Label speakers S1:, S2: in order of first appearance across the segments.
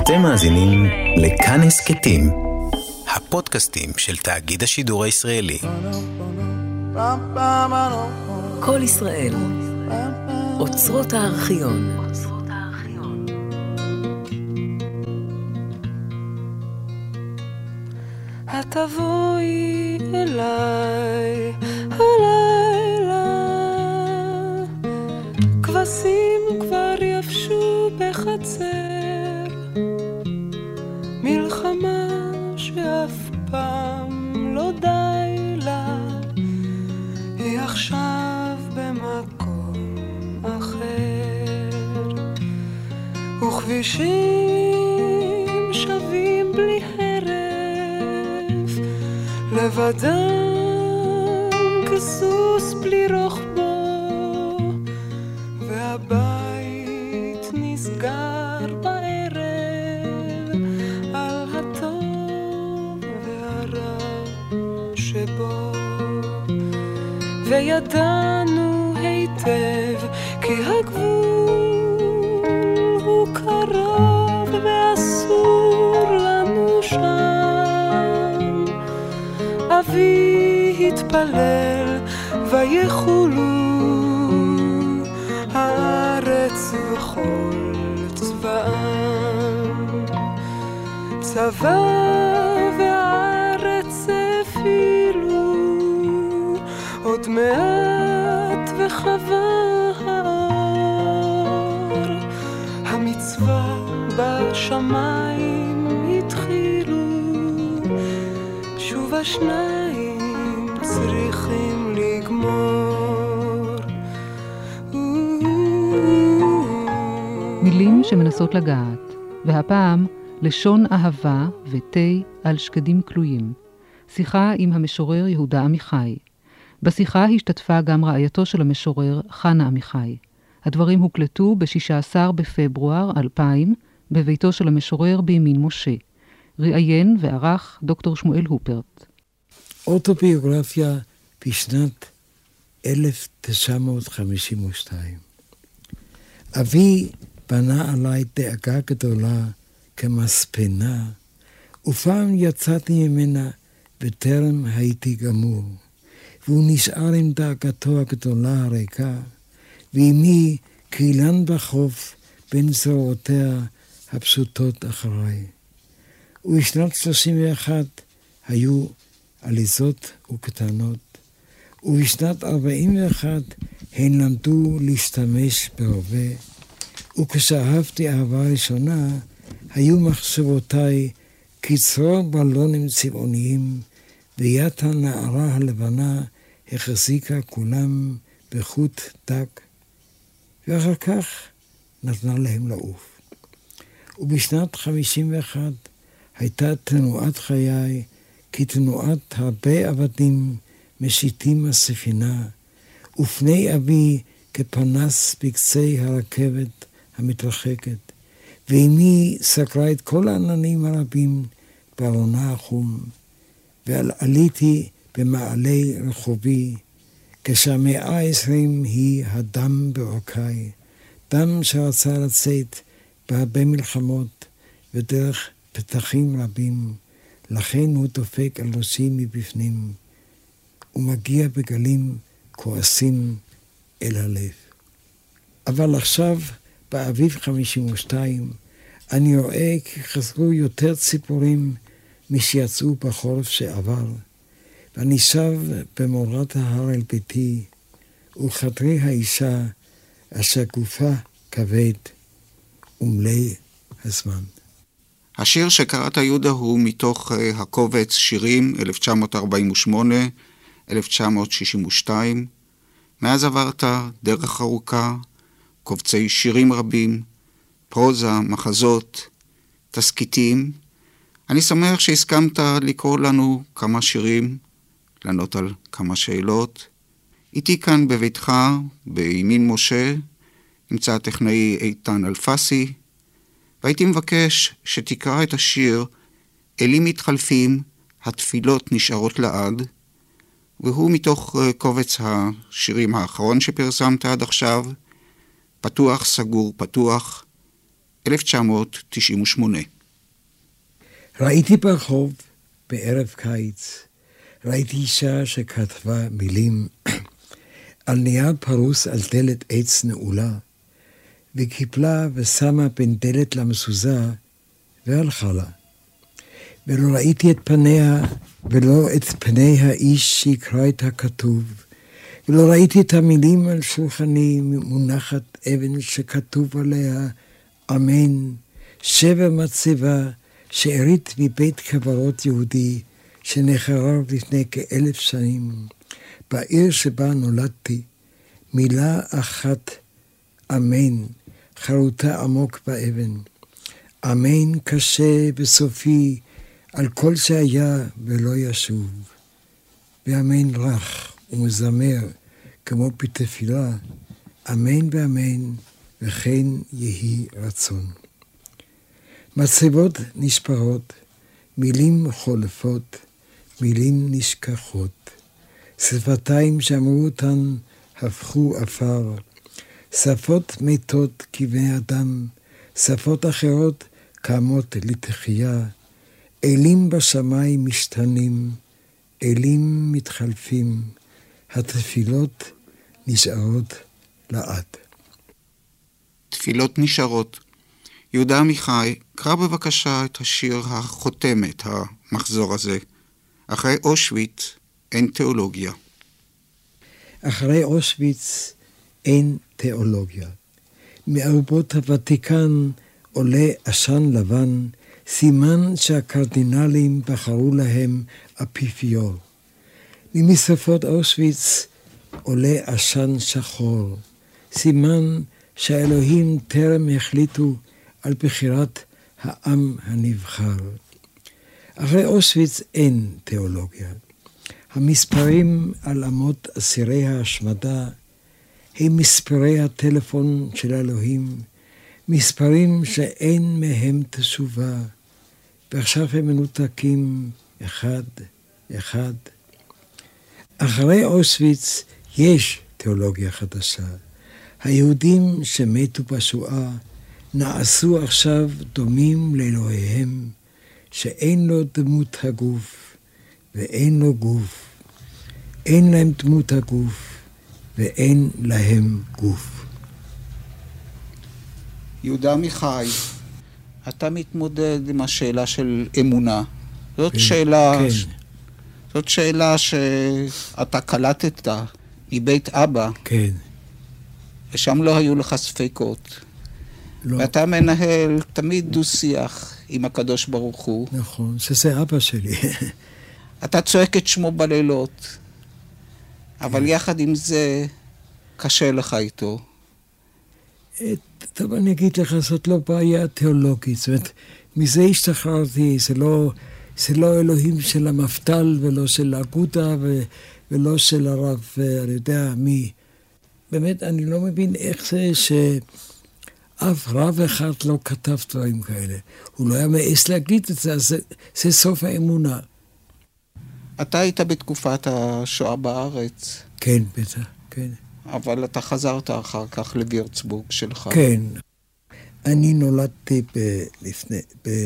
S1: אתם מאזינים לכאן הסכתים, הפודקאסטים של תאגיד השידור הישראלי.
S2: כל ישראל, אוצרות הארכיון.
S3: התבואי אליי הלילה, כבשים כבר יפשו בחצר, מלחמה שאף פעם לא די לה, היא עכשיו במקום אחר, וכבישים שווים בלי הרף, לבדם כסוס בלי רוחבו, והבית נסגר בערב על הטוב והרע שבו, וידענו היטב כי הגבול הוא קרוב ואסור לנו שם. אבי התפלל ויחולו הארץ וכל צבאם, צבא והארץ אפילו, עוד מעט וחווה האור, המצווה בשמיים התחילו, שוב השניים צריכים לגמור.
S4: מילים שמנסות לגעת, והפעם לשון אהבה ותה על שקדים כלויים. שיחה עם המשורר יהודה עמיחי. בשיחה השתתפה גם רעייתו של המשורר חנה עמיחי. הדברים הוקלטו ב-16 בפברואר 2000 בביתו של המשורר בימין משה. ראיין וערך דוקטור שמואל הופרט.
S5: אוטוביוגרפיה בשנת 1952. אבי בנה עליי דאגה גדולה כמספנה, ופעם יצאתי ממנה בטרם הייתי גמור, והוא נשאר עם דאגתו הגדולה הריקה, ואימי קילן בחוף בין זרועותיה הפשוטות אחריי. ובשנת 31 היו עליזות וקטנות, ובשנת 41 הן למדו להשתמש בהווה, וכשאהבתי אהבה ראשונה, היו מחשבותיי קצרור בלונים צבעוניים, ויד הנערה הלבנה החזיקה כולם בחוט דק, ואחר כך נתנה להם לעוף. ובשנת 51 הייתה תנועת חיי כתנועת הרבה עבדים משיטים הספינה, ופני אבי כפנס בקצה הרכבת המתרחקת, ואימי סקרה את כל העננים הרבים בארונה החום, ועליתי במעלי רחובי, כשהמאה ה-20 היא הדם בעורקיי, דם שרצה לצאת בהרבה מלחמות ודרך פתחים רבים, לכן הוא דופק על ראשי מבפנים, ומגיע בגלים כועסים אל הלב. אבל עכשיו, באביב 52, אני רואה כי חזרו יותר ציפורים משיצאו בחורף שעבר, ואני שב במורת ההר אל ביתי, וחדרי האישה אשר גופה כבד ומלא הזמן.
S6: השיר שקראת יהודה הוא מתוך הקובץ שירים 1948-1962. מאז עברת דרך ארוכה, קובצי שירים רבים, פרוזה, מחזות, תסקיטים. אני שמח שהסכמת לקרוא לנו כמה שירים, לענות על כמה שאלות. איתי כאן בביתך, בימין משה, נמצא הטכנאי איתן אלפסי, והייתי מבקש שתקרא את השיר אלים מתחלפים, התפילות נשארות לעד, והוא מתוך קובץ השירים האחרון שפרסמת עד עכשיו, פתוח, סגור, פתוח, 1998.
S5: ראיתי ברחוב בערב קיץ, ראיתי אישה שכתבה מילים על נייר פרוס על דלת עץ נעולה, וקיפלה ושמה בין דלת למסוזה, והלכה לה. ולא ראיתי את פניה, ולא את פני האיש שיקרא את הכתוב, ולא ראיתי את המילים על שולחני מונחת אבן שכתוב עליה, אמן, שבר מצבה, שארית מבית קברות יהודי, שנחרב לפני כ1,000 שנים, בעיר שבה נולדתי, מילה אחת, אמן, חרוטה עמוק באבן. אמן קשה בסופי על כל שהיה ולא ישוב. ואמן רך ומזמר כמו בתפילה, אמן ואמן וכן יהי רצון. מצבות נשפרות, מילים חולפות, מילים נשכחות. שפתיים שאמרו אותן הפכו עפר. שפות מתות כבני אדם, שפות אחרות קמות לתחייה. אלים בשמיים משתנים, אלים מתחלפים. התפילות נשארות לעד.
S6: תפילות נשארות. יהודה עמיחי, קרא בבקשה את השיר החותם את המחזור הזה. אחרי אושוויץ אין תיאולוגיה.
S5: אחרי אושוויץ אין תיאולוגיה. מארובות הוותיקן עולה עשן לבן, סימן שהקרדינלים בחרו להם אפיפיור. ממשרפות אושוויץ עולה עשן שחור, סימן שהאלוהים טרם החליטו על בחירת העם הנבחר. אחרי אושוויץ אין תיאולוגיה. המספרים על אמות אסירי ההשמדה הם מספרי הטלפון של האלוהים, מספרים שאין מהם תשובה, ועכשיו הם מנותקים אחד אחד. אחרי אושוויץ יש תיאולוגיה חדשה. היהודים שמתו בשואה נעשו עכשיו דומים לאלוהיהם, שאין לו דמות הגוף ואין לו גוף. אין להם דמות הגוף ואין להם גוף.
S6: יהודה עמיחי, אתה מתמודד עם השאלה של אמונה. זאת שאלה שאתה קלטת מבית אבא.
S5: כן.
S6: ושם לא היו לך ספקות. לא. ואתה מנהל תמיד דו-שיח עם הקדוש ברוך הוא.
S5: נכון, שזה אבא שלי.
S6: אתה צועק את שמו בלילות, אבל יחד עם זה קשה לך איתו.
S5: טוב, אני אגיד לך, זאת לא בעיה תיאולוגית. זאת אומרת, מזה השתחררתי, זה לא אלוהים של המפתל ולא של אגודה ולא של הרב, אני יודע מי. באמת, אני לא מבין איך זה שאף רב אחד לא כתב דברים כאלה. הוא לא היה מעז להגיד את זה, אז זה סוף האמונה.
S6: אתה היית בתקופת השואה בארץ.
S5: כן, בטח, כן.
S6: אבל אתה חזרת אחר כך לווירצבורג שלך.
S5: כן. אני נולדתי לפני,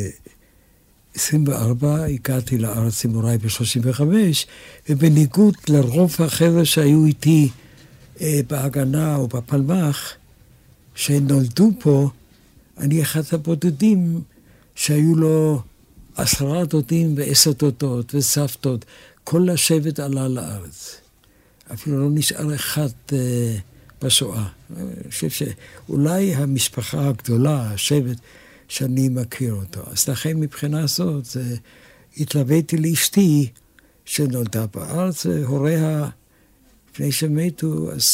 S5: ב-24, הגעתי לארץ עם הוריי ב-35, ובניגוד לרוב החבר'ה שהיו איתי בהגנה או בפלמ"ח, שנולדו פה, אני אחד הבודדים שהיו לו 10 דודים ו10 דודות וסבתות. כל השבט עלה לארץ. אפילו לא נשאר אחד בשואה. אני חושב שאולי המשפחה הגדולה, השבט, שאני מכיר אותו. אז לכן מבחינה זאת, התלוויתי לאשתי שנולדה בארץ, והוריה, לפני שמתו, אז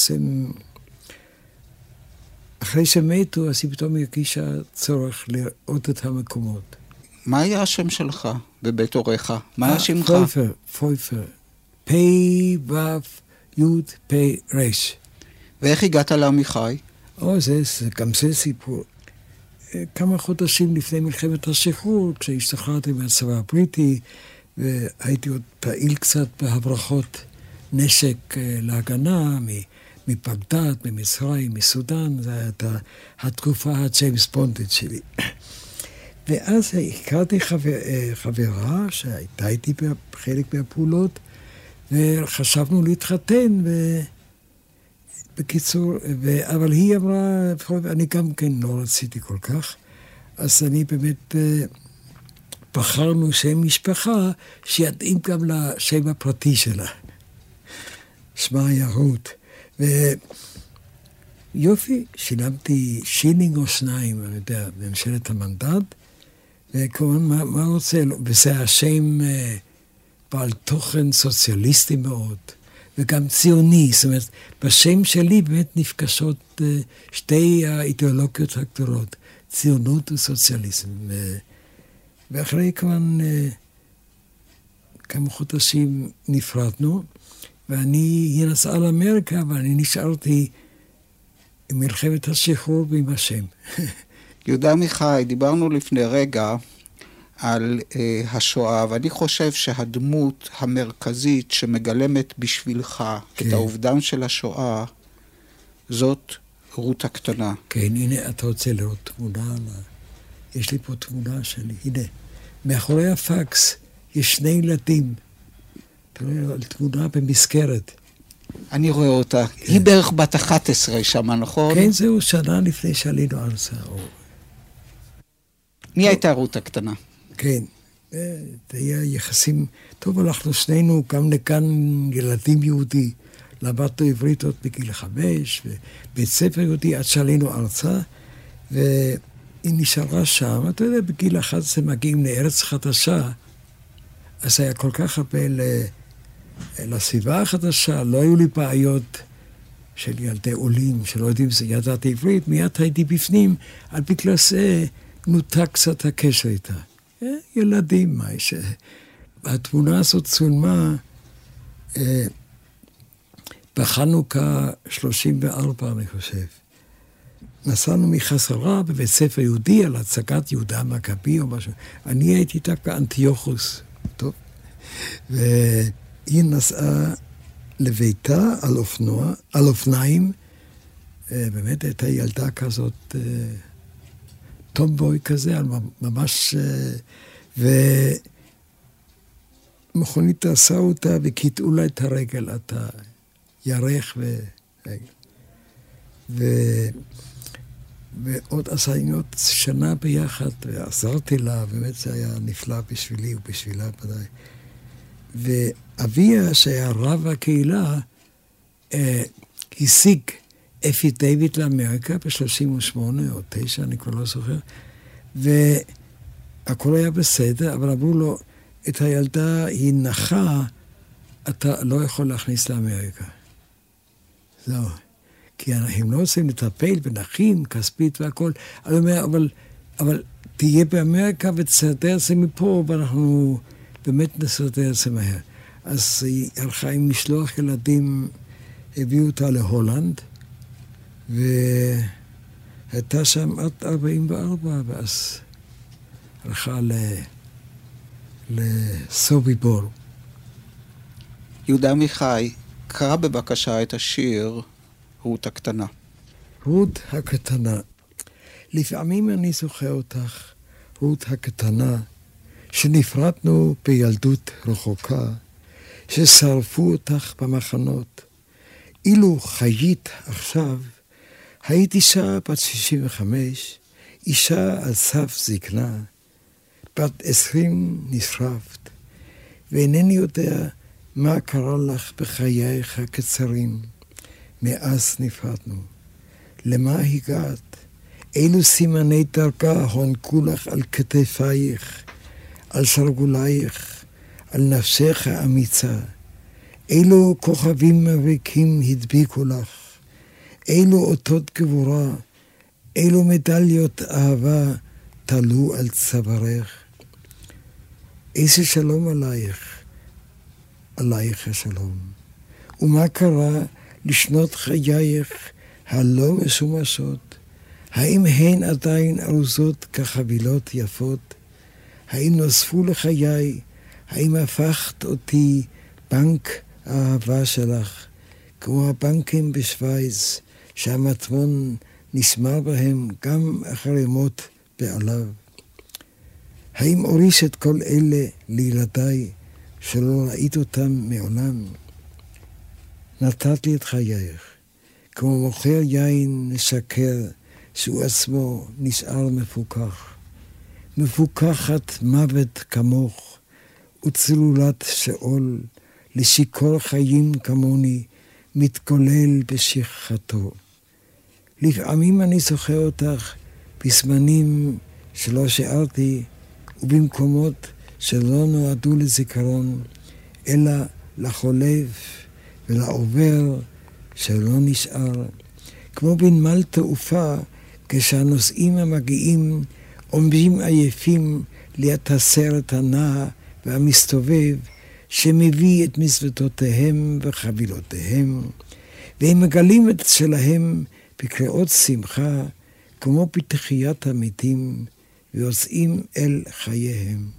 S5: אחרי שמתו, אז היא פתאום הרגישה צורך לראות את המקומות.
S6: מה היה השם שלך בבית הוריך? מה היה שמך?
S5: פויפר. פי וו יוד פי רש.
S6: ואיך הגעת לעמיחי?
S5: גם זה סיפור. כמה חודשים לפני מלחמת השחרור, כשהשתחררתי מהצבא הבריטי, והייתי עוד פעיל קצת בהברחות נשק להגנה, מבגדד, ממצרים, מסודן, זו הייתה התקופה הג'יימס בונדית שלי. ואז הכרתי חברה שהייתה איתי בחלק מהפעולות, וחשבנו להתחתן, בקיצור, אבל היא אמרה, אני גם כן לא רציתי כל כך, אז אני באמת בחרנו שם משפחה שיתאים גם לשם הפרטי שלה. שמה היה רות. ויופי, שילמתי שילינג או שניים, אני יודע, בממשלת המנדט, וכמובן, מה רוצה? וזה השם בעל תוכן סוציאליסטי מאוד, וגם ציוני. זאת אומרת, בשם שלי באמת נפגשות שתי האידיאולוגיות הגדולות, ציונות וסוציאליזם. ואחרי כמובן כמה חודשים נפרדנו, היא נסעה לאמריקה, ואני נשארתי עם מלחמת השחרור ועם השם.
S6: יהודה עמיחי, דיברנו לפני רגע על השואה, ואני חושב שהדמות המרכזית שמגלמת בשבילך את האובדן של השואה, זאת רות הקטנה. כן,
S5: הנה, אתה רוצה לראות תמונה, יש לי פה תמונה שלי, הנה. מאחורי הפקס יש שני ילדים, אתה רואה, על תמונה במזכרת.
S6: אני רואה אותה. היא בערך בת 11 שמה, נכון?
S5: כן, זהו, שנה לפני שעלינו ארצה.
S6: מי הייתה רות הקטנה?
S5: כן, זה היה יחסים... טוב, אנחנו שנינו גם לכאן ילדים יהודי. למדנו עברית עוד בגיל 5, ובית ספר יהודי עד שעלינו ארצה, והיא נשארה שם. אתה יודע, בגיל 11 מגיעים לארץ חדשה, אז היה כל כך הרבה לסביבה החדשה, לא היו לי בעיות של ילדי עולים, שלא יודעים ידעתי עברית, מיד הייתי בפנים, על בגלל זה נותק קצת הקשר איתה. ילדים, מה יש... התמונה הזאת צולמה בחנוכה 34, אני חושב. נסענו מחזרה בבית ספר יהודי על הצגת יהודה המכבי או משהו. אני הייתי איתה כאנטיוכוס, טוב. והיא נסעה לביתה על אופניים. באמת הייתה ילדה כזאת, טומבוי כזה, ממש... ומכונית עשה אותה וקיטעו לה את הרגל, את הירך ועוד עשינו שנה ביחד, ועזרתי לה, באמת זה היה נפלא בשבילי ובשבילה ודאי. ואביה, שהיה רב הקהילה, השיג אפי דיוויד לאמריקה ב-38 או 9, אני כבר לא זוכר, והכל היה בסדר, אבל אמרו לו, את הילדה היא נחה, אתה לא יכול להכניס לאמריקה. זהו. כי הם לא רוצים לטפל בנכים, כספית והכל. אני אומר, אבל תהיה באמריקה ותסדר את זה מפה, ואנחנו באמת נסדר את זה מהר. אז היא הלכה עם משלוח ילדים, הביאו אותה להולנד, והייתה שם עד 44, ואז הלכה לסוביבור.
S6: יהודה עמיחי, קרא בבקשה את השיר רות הקטנה.
S5: רות הקטנה. לפעמים אני זוכר אותך, רות הקטנה, שנפרדנו בילדות רחוקה, ששרפו אותך במחנות. אילו חיית עכשיו, היית אישה בת 65, אישה על סף זקנה, בת 20 נשרפת, ואינני יודע מה קרה לך בחייך הקצרים. מאז נפרדנו. למה הגעת? אילו סימני דרכה הוענקו לך על כתפייך, על שרגולייך, על נפשך האמיצה? אילו כוכבים מבריקים הדביקו לך? אילו אותות גבורה? אילו מדליות אהבה תלו על צווארך? איזה שלום עלייך? עלייך השלום. ומה קרה לשנות חייך הלא משומשות? האם הן עדיין ארוזות כחבילות יפות? האם נוספו לחיי? האם הפכת אותי בנק האהבה שלך, כמו הבנקים בשוויץ, שהמטמון נשמר בהם גם אחרי מות בעליו? האם אוריש את כל אלה לילדיי, שלא ראית אותם מעולם? נתת לי את חייך, כמו מוכר יין משקר, שהוא עצמו נשאר מפוכח. מפוכחת מוות כמוך, וצלולת שאול, לשיכור חיים כמוני, מתגולל בשכחתו. לפעמים אני זוכר אותך בזמנים שלא שארתי, ובמקומות שלא נועדו לזיכרון, אלא לחולף ולעובר שלא נשאר. כמו בנמל תעופה, כשהנוסעים המגיעים עומדים עייפים ליד הסרט הנע והמסתובב, שמביא את מזוודותיהם וחבילותיהם, והם מגלים את שלהם בקריאות שמחה, כמו בתחיית המתים, ויוצאים אל חייהם.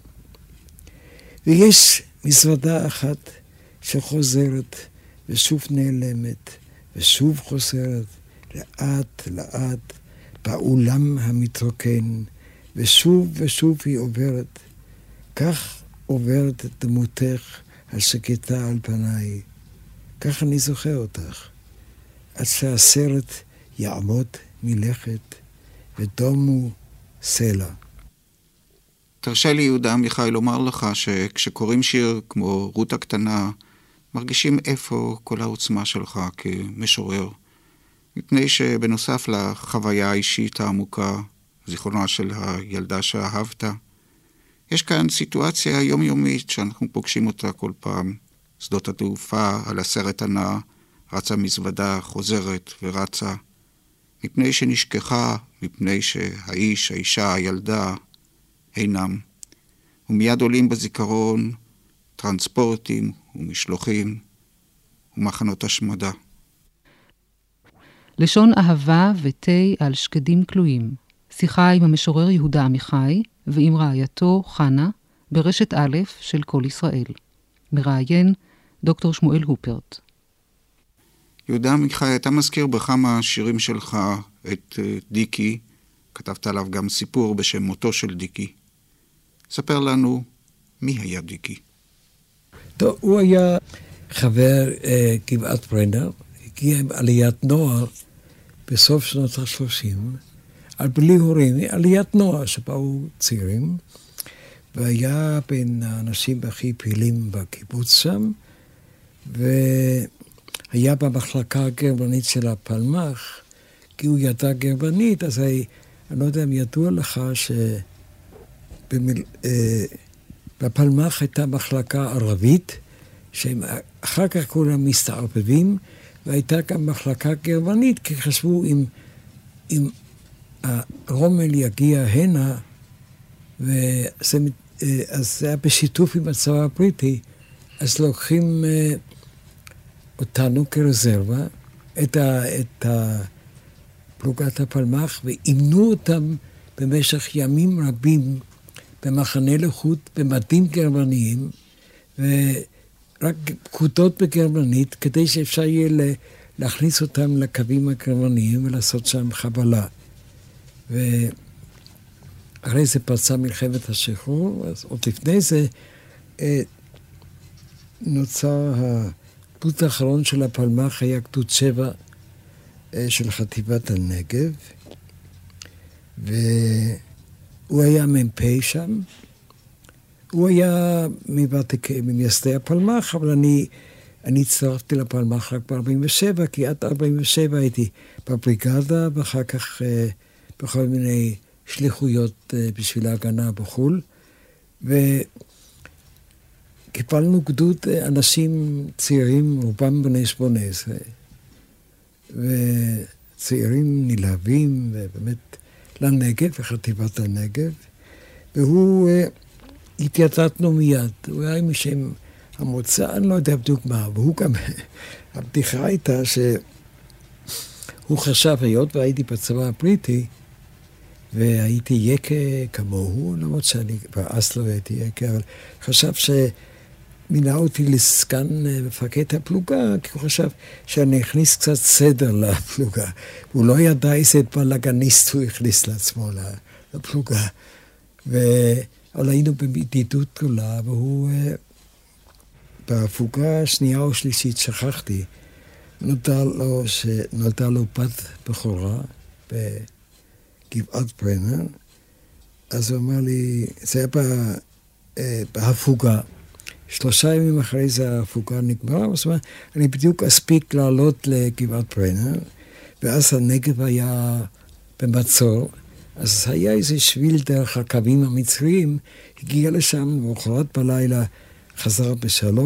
S5: ויש מזוודה אחת שחוזרת ושוב נעלמת, ושוב חוזרת לאט לאט באולם המתרוקן, ושוב ושוב היא עוברת. כך עוברת את דמותך השקטה על פניי. כך אני זוכר אותך, עד שהסרט יעמוד מלכת ודומו סלע.
S6: תרשה לי, יהודה עמיחי, לומר לך שכשקוראים שיר כמו רות הקטנה, מרגישים איפה כל העוצמה שלך כמשורר. מפני שבנוסף לחוויה האישית העמוקה, זיכרונה של הילדה שאהבת, יש כאן סיטואציה יומיומית שאנחנו פוגשים אותה כל פעם. שדות התעופה, על הסרט הנע, רצה מזוודה, חוזרת ורצה. מפני שנשכחה, מפני שהאיש, האישה, הילדה, אינם. ומיד עולים בזיכרון טרנספורטים ומשלוחים ומחנות השמדה.
S4: לשון אהבה ותה על שקדים כלואים. שיחה עם המשורר יהודה עמיחי ועם רעייתו חנה ברשת א' של כל ישראל. מראיין דוקטור שמואל הופרט.
S6: יהודה עמיחי, אתה מזכיר בכמה שירים שלך את דיקי, כתבת עליו גם סיפור בשם מותו של דיקי. ספר לנו מי היה דיקי.
S5: טוב, הוא היה חבר גבעת ברנר, הגיע עם עליית נוער בסוף שנות ה-30, על בלי הורים, עליית נוער שבאו צעירים, והיה בין האנשים הכי פעילים בקיבוץ שם, והיה במחלקה הגרמנית של הפלמ"ח, כי הוא ידע גרמנית, אז אני לא יודע אם ידוע לך שבפלמ"ח הייתה מחלקה ערבית, שהם אחר כך כולם מסתערבבים, והייתה גם מחלקה גרמנית, כי חשבו אם הרומל יגיע הנה, אז זה היה בשיתוף עם הצבא הבריטי, אז לוקחים אותנו כרזרבה, את פלוגת הפלמ"ח, ואימנו אותם במשך ימים רבים במחנה לחוד, במדים גרמניים, ורק פקודות בגרמנית, כדי שאפשר יהיה להכניס אותם לקווים הגרמניים ולעשות שם חבלה. ואחרי זה פרצה מלחמת השחרור, אז עוד לפני זה נוצר הגדוד האחרון של הפלמ"ח, היה גדוד 7 של חטיבת הנגב, והוא היה מ"פ שם. הוא היה ממייסדי הפלמ"ח, אבל אני הצטרפתי לפלמ"ח רק ב-47, כי עד 47 הייתי בבריגדה, ואחר כך בכל מיני שליחויות בשביל ההגנה בחול. וקיבלנו גדוד אנשים צעירים, רובם בני 18, וצעירים נלהבים, ובאמת לנגב, לחטיבת הנגב, והוא התייתתנו מיד. הוא היה משם המוצא, אני לא יודע בדיוק מה, והוא גם, הבדיחה הייתה שהוא חשב, היות והייתי בצבא הבריטי, והייתי יקה כמוהו, למרות שאני אז לא הייתי יקה, אבל חשב שמינה אותי לסגן מפקד הפלוגה, כי הוא חשב שאני אכניס קצת סדר לפלוגה. הוא לא ידע איזה בלגניסט הוא הכניס לעצמו לפלוגה. אבל היינו בידידות גדולה, והוא בהפוגה השנייה או שלישית, שכחתי, נולדה לו בת בכורה בגבעת ברנר, אז הוא אמר לי, זה היה בהפוגה, 3 ימים אחרי זה ההפוגה נגמרה, אז הוא אמר, אני בדיוק אספיק לעלות לגבעת ברנר, ואז הנגב היה במצור, אז היה איזה שביל דרך הקווים המצריים, הגיע לשם, ומחרת בלילה חזר ב3,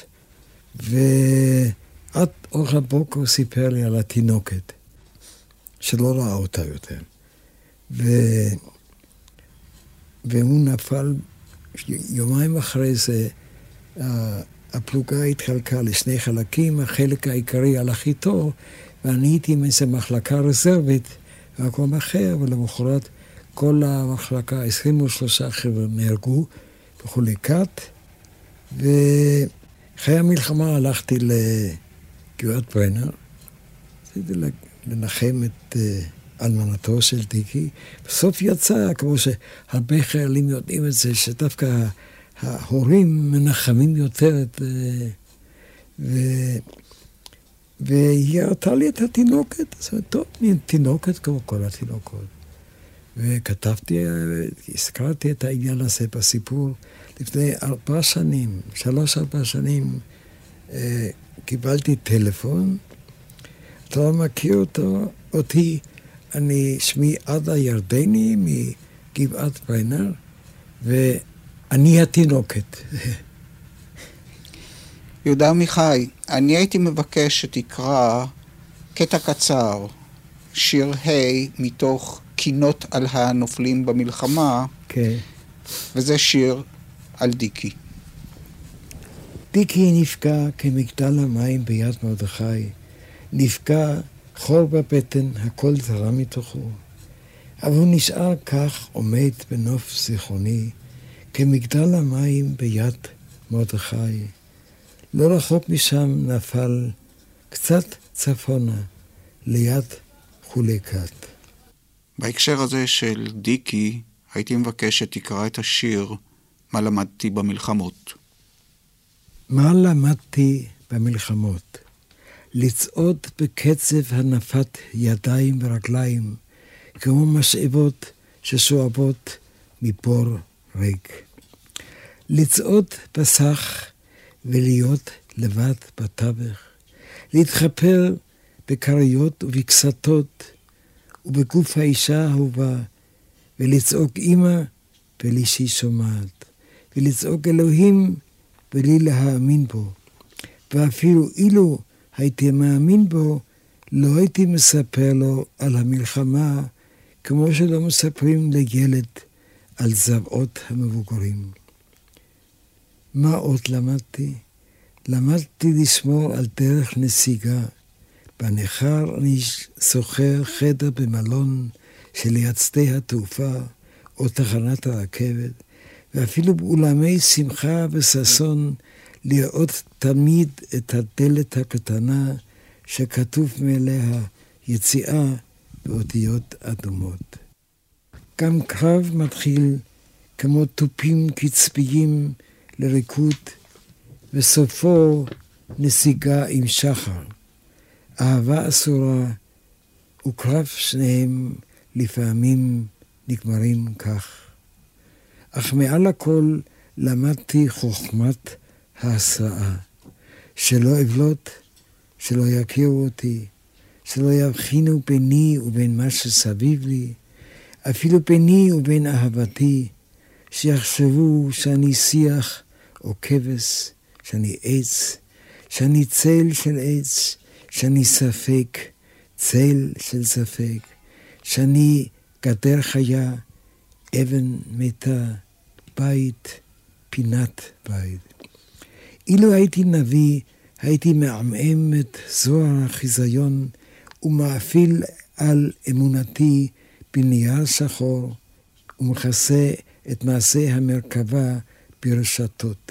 S5: ועד אור הבוקר סיפר לי על התינוקת, שלא ראה אותה יותר. והוא נפל, יומיים אחרי זה, הפלוגה התחלקה לשני חלקים, החלק העיקרי הלך איתו, ואני הייתי עם איזו מחלקה רזרבית, במקום אחר, ולמחרת כל המחלקה, 23 חבר'ה נהרגו בחולי כת, וחיי המלחמה הלכתי לגבעת ברנר, רציתי לנחם את אלמנתו של דיקי. בסוף יצא, כמו שהרבה חיילים יודעים את זה, שדווקא ההורים מנחמים יותר את... והיא הראתה לי את התינוקת, אז טוב, תינוקת כמו כל התינוקות. וכתבתי, הזכרתי את העניין הזה בסיפור. לפני 4 שנים, 3-4 שנים, קיבלתי טלפון. אתה לא מכיר אותי, אני שמי עדה ירדני מגבעת ברנר, ואני התינוקת.
S6: יהודה עמיחי, אני הייתי מבקש שתקרא קטע קצר, שיר מתוך קינות על הנופלים במלחמה,
S5: כן.
S6: וזה שיר על דיקי.
S5: דיקי נפגע כמגדל המים ביד מרדכי, נפגע חור בבטן, הכל זרם מתוכו. אבל הוא נשאר כך עומד בנוף זיכרוני, כמגדל המים ביד מרדכי. לא רחוק משם נפל קצת צפונה, ליד חולי כת.
S6: בהקשר הזה של דיקי, הייתי מבקש שתקרא את השיר מה למדתי במלחמות.
S5: מה למדתי במלחמות? לצעוד בקצב הנפת ידיים ורגליים, כמו משאבות ששואבות מבור ריק. לצעוד בסך ולהיות לבד בתווך, להתחפר בקריות ובקסתות ובגוף האישה האהובה, ולצעוק אמא בלי שהיא שומעת, ולצעוק אלוהים בלי להאמין בו. ואפילו אילו הייתי מאמין בו, לא הייתי מספר לו על המלחמה, כמו שלא מספרים לילד על זוועות המבוגרים. מה עוד למדתי? למדתי לשמור על דרך נסיגה. בנחר אני שוכר חדר במלון שליד שדה התעופה או תחנת הרכבת, ואפילו באולמי שמחה וששון לראות תמיד את הדלת הקטנה שכתוב מעליה יציאה באותיות אדומות. גם קרב מתחיל כמו טופים קצביים לריקוד, וסופו נסיגה עם שחר. אהבה אסורה וקרב שניהם לפעמים נגמרים כך. אך מעל הכל למדתי חוכמת ההסראה, שלא אבלות, שלא יכירו אותי, שלא יבחינו ביני ובין מה שסביב לי, אפילו ביני ובין אהבתי, שיחשבו שאני שיח או כבש, שאני עץ, שאני צל של עץ, שאני ספק, צל של ספק, שאני גדר חיה, אבן מתה, בית, פינת בית. אילו הייתי נביא, הייתי מעמעם את זוהר החיזיון ומאפיל על אמונתי בנייר שחור ומכסה את מעשה המרכבה ברשתות.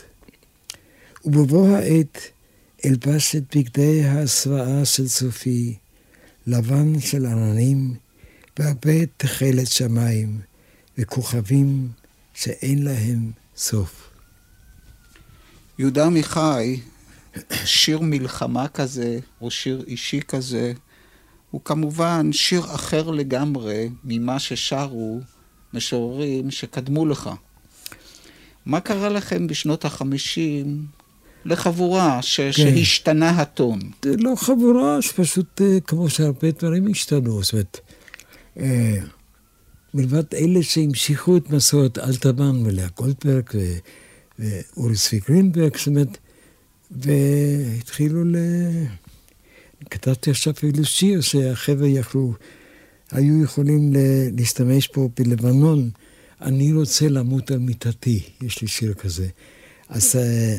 S5: ובבוא העת אלבש את בגדי ההסוואה של סופי, לבן של עננים, והרבה תכלת שמיים וכוכבים שאין להם סוף.
S6: יהודה עמיחי, שיר מלחמה כזה, או שיר אישי כזה, הוא כמובן שיר אחר לגמרי ממה ששרו משוררים שקדמו לך. מה קרה לכם בשנות ה-50 לחבורה שהשתנה הטון?
S5: זה לא חבורה, שפשוט כמו שהרבה דברים השתנו. זאת אומרת, מלבד אלה שהמשיכו את מסורת אלתרמן ולאה גולדברג ואורי צבי גרינברג, זאת אומרת, והתחילו כתבתי עכשיו אפילו שיר שהחבר'ה היו יכולים להשתמש פה בלבנון. אני רוצה למות על מיטתי, יש לי שיר כזה. אז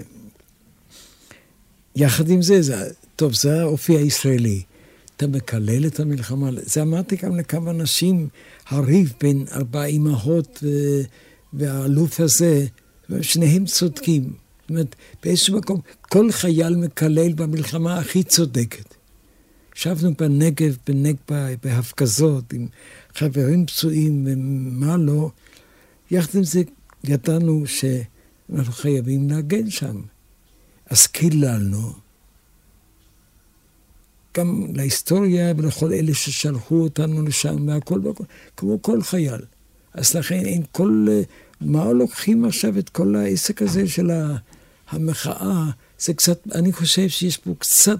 S5: יחד עם זה, טוב, זה האופי הישראלי. אתה מקלל את המלחמה. זה אמרתי גם לכמה אנשים, הריב בין 4 אמהות והאלוף הזה, שניהם צודקים. זאת אומרת, באיזשהו מקום, כל חייל מקלל במלחמה הכי צודקת. ישבנו בנגב, בנגבה, בהפגזות, עם חברים פצועים ומה לא. יחד עם זה ידענו שאנחנו חייבים להגן שם. אז קיללנו. גם להיסטוריה ולכל אלה ששלחו אותנו לשם והכל, כמו כל חייל. אז לכן אין כל... מה לוקחים עכשיו את כל העסק הזה של המחאה? זה קצת, אני חושב שיש פה קצת...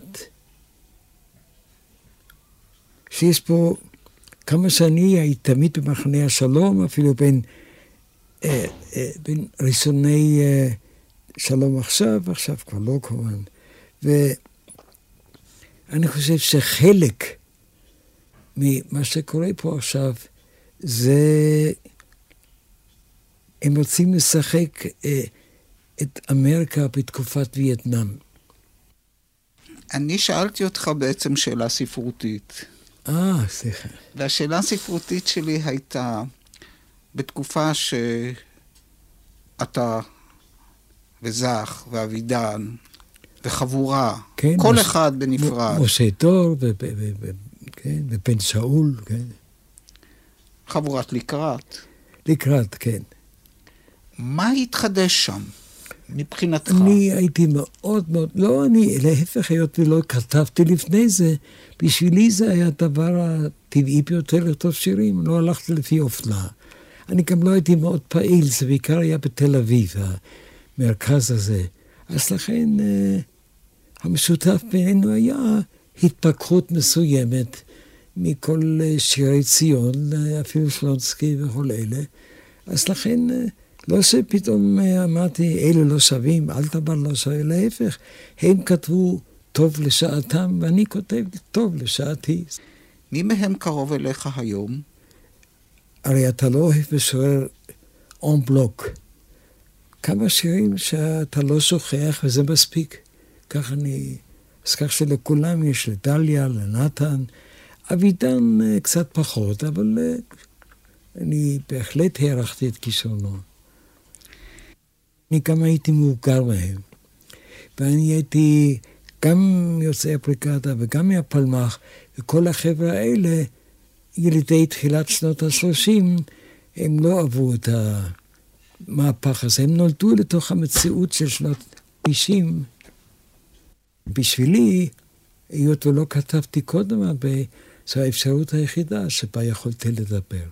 S5: שיש פה כמה שאני הייתי תמיד במחנה השלום, אפילו בין ראשוני שלום עכשיו כבר לא כמובן. ואני חושב שחלק ממה שקורה פה עכשיו, זה הם רוצים לשחק את אמריקה בתקופת וייטנאם.
S6: אני שאלתי אותך בעצם שאלה ספרותית.
S5: סליחה.
S6: והשאלה הספרותית שלי הייתה, בתקופה שאתה וזך ואבידן וחבורה, כן, כל אחד בנפרד.
S5: משה דור ובן שאול, כן.
S6: חבורת לקראת.
S5: לקראת, כן.
S6: מה התחדש שם מבחינתך?
S5: אני הייתי מאוד מאוד, לא אני, להפך, היות ולא כתבתי לפני זה, בשבילי זה היה הדבר הטבעי ביותר לכתוב שירים, לא הלכתי לפי אופנה. אני גם לא הייתי מאוד פעיל, זה בעיקר היה בתל אביב, המרכז הזה. אז לכן המשותף בינינו היה התפכחות מסוימת מכל שירי ציון, אפילו שלונסקי וכל אלה. אז לכן לא שפתאום אמרתי, אלה לא שווים, אל תבר לא שווה, להפך. הם כתבו טוב לשעתם, ואני כותב טוב לשעתי.
S6: מי מהם קרוב אליך היום?
S5: הרי אתה לא אוהב משורר און בלוק. כמה שירים שאתה לא שוכח, וזה מספיק. כך שלכולם יש, לדליה, לנתן. אבידן קצת פחות, אבל אני בהחלט הערכתי את כישרונו. אני גם הייתי מוכר מהם. ואני הייתי גם יוצאי הבריגדה וגם מהפלמ"ח, וכל החבר'ה האלה, ילידי תחילת שנות ה-30, הם לא עברו את המהפך הזה. הם נולדו לתוך המציאות של שנות 90. בשבילי, היות ולא כתבתי קודם הרבה, זו האפשרות היחידה שבה יכולתי לדבר.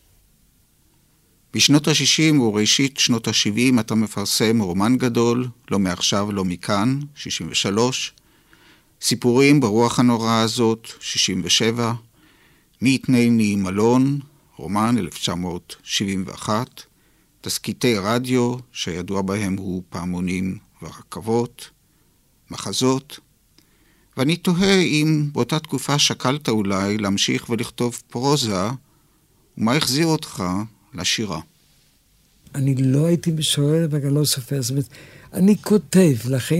S6: בשנות ה-60 וראשית שנות ה-70 אתה מפרסם רומן גדול, לא מעכשיו, לא מכאן, 63. סיפורים ברוח הנוראה הזאת, 67. מי יתנני מלון, רומן 1971. תסקיטי רדיו, שידוע בהם הוא פעמונים ורכבות. מחזות. ואני תוהה אם באותה תקופה שקלת אולי להמשיך ולכתוב פרוזה, ומה החזיר אותך לשירה?
S5: אני לא הייתי משורר וגם לא סופר. זאת אומרת, אני כותב, לכן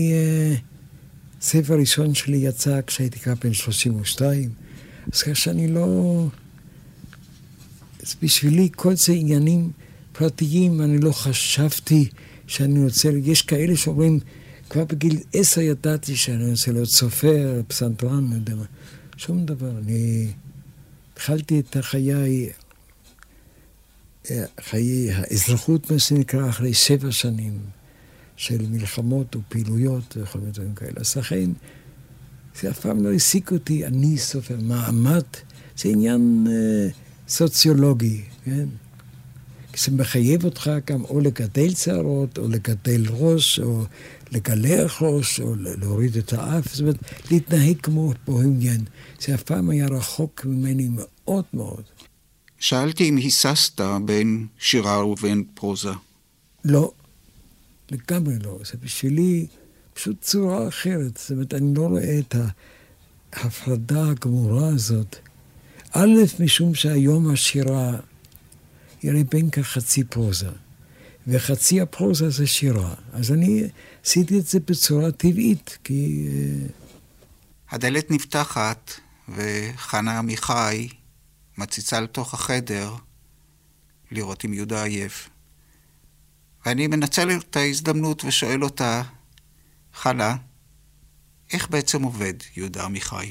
S5: ספר הראשון שלי יצא כשהייתי כבר בן 32, אז כך שאני לא... אז בשבילי כל זה עניינים פרטיים, אני לא חשבתי שאני רוצה... יש כאלה שאומרים, כבר בגיל 10 ידעתי שאני רוצה להיות סופר, פסנתרן, לא יודע מה. שום דבר. אני התחלתי את החיי חיי האזרחות, מה שנקרא, אחרי 7 שנים של מלחמות ופעילויות וכל מיני דברים כאלה. אז לכן, זה אף פעם לא העסיק אותי, אני סופר מעמד, זה עניין סוציולוגי, כן? זה מחייב אותך גם או לגדל שערות, או לגדל ראש, או לגלח ראש, או להוריד את האף, זאת אומרת, להתנהג כמו בוהמיין. זה אף פעם היה רחוק ממני מאוד מאוד.
S6: שאלתי אם היססת בין שירה ובין פרוזה.
S5: לא, לגמרי לא. זה בשבילי פשוט צורה אחרת. זאת אומרת, אני לא רואה את ההפרדה הגמורה הזאת. א', משום שהיום השירה היא הרי בין כך חצי פרוזה, וחצי הפרוזה זה שירה. אז אני עשיתי את זה בצורה טבעית, כי...
S6: הדלת נפתחת, וחנה עמיחי מציצה לתוך החדר לראות עם יהודה עייף. ואני מנצל את ההזדמנות ושואל אותה, חנה, איך בעצם עובד יהודה עמיחי?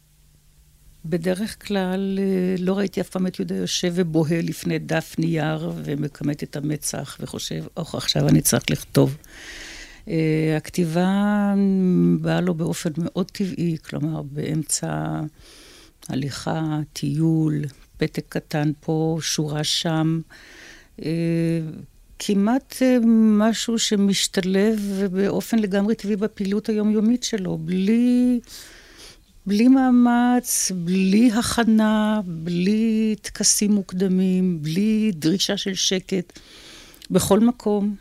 S7: בדרך כלל לא ראיתי אף פעם את יהודה יושב ובוהה לפני דף נייר ומקמת את המצח וחושב, עכשיו אני צריך לכתוב. הכתיבה באה לו באופן מאוד טבעי, כלומר באמצע הליכה, טיול, פתק קטן פה, שורה שם, כמעט משהו שמשתלב באופן לגמרי טבעי בפעילות היומיומית שלו, בלי מאמץ, בלי הכנה, בלי טקסים מוקדמים, בלי דרישה של שקט, בכל מקום,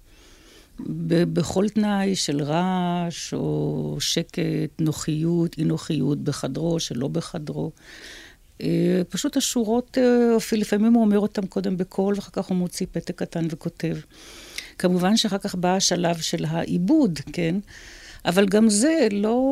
S7: בכל תנאי של רעש או שקט, נוחיות, אי נוחיות, בחדרו, שלא בחדרו. פשוט השורות, לפעמים הוא אומר אותם קודם בקול, ואחר כך הוא מוציא פתק קטן וכותב. כמובן שאחר כך בא השלב של העיבוד, כן? אבל גם זה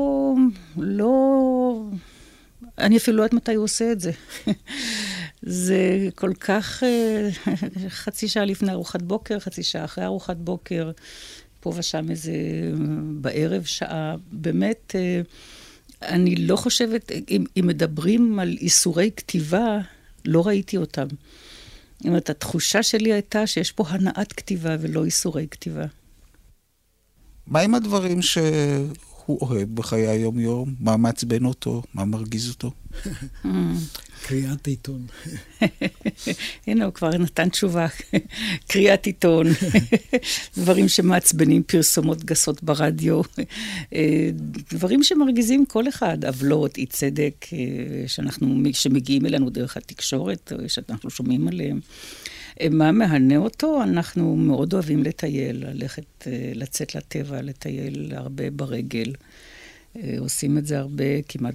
S7: לא... אני אפילו לא יודעת מתי הוא עושה את זה. זה כל כך... חצי שעה לפני ארוחת בוקר, חצי שעה אחרי ארוחת בוקר, פה ושם איזה בערב שעה. באמת, אני לא חושבת... אם מדברים על איסורי כתיבה, לא ראיתי אותם. זאת אומרת, התחושה שלי הייתה שיש פה הנעת כתיבה ולא איסורי כתיבה.
S6: מה עם הדברים שהוא אוהב בחיי היום-יום? מה מעצבן אותו? מה מרגיז אותו?
S5: קריאת עיתון.
S7: הנה, הוא כבר נתן תשובה. קריאת עיתון. דברים שמעצבנים, פרסומות גסות ברדיו. דברים שמרגיזים כל אחד. עוולות, אי צדק, שמגיעים אלינו דרך התקשורת, שאנחנו שומעים עליהם. מה מהנה אותו? אנחנו מאוד אוהבים לטייל, לצאת לטבע, לטייל הרבה ברגל. עושים את זה הרבה, כמעט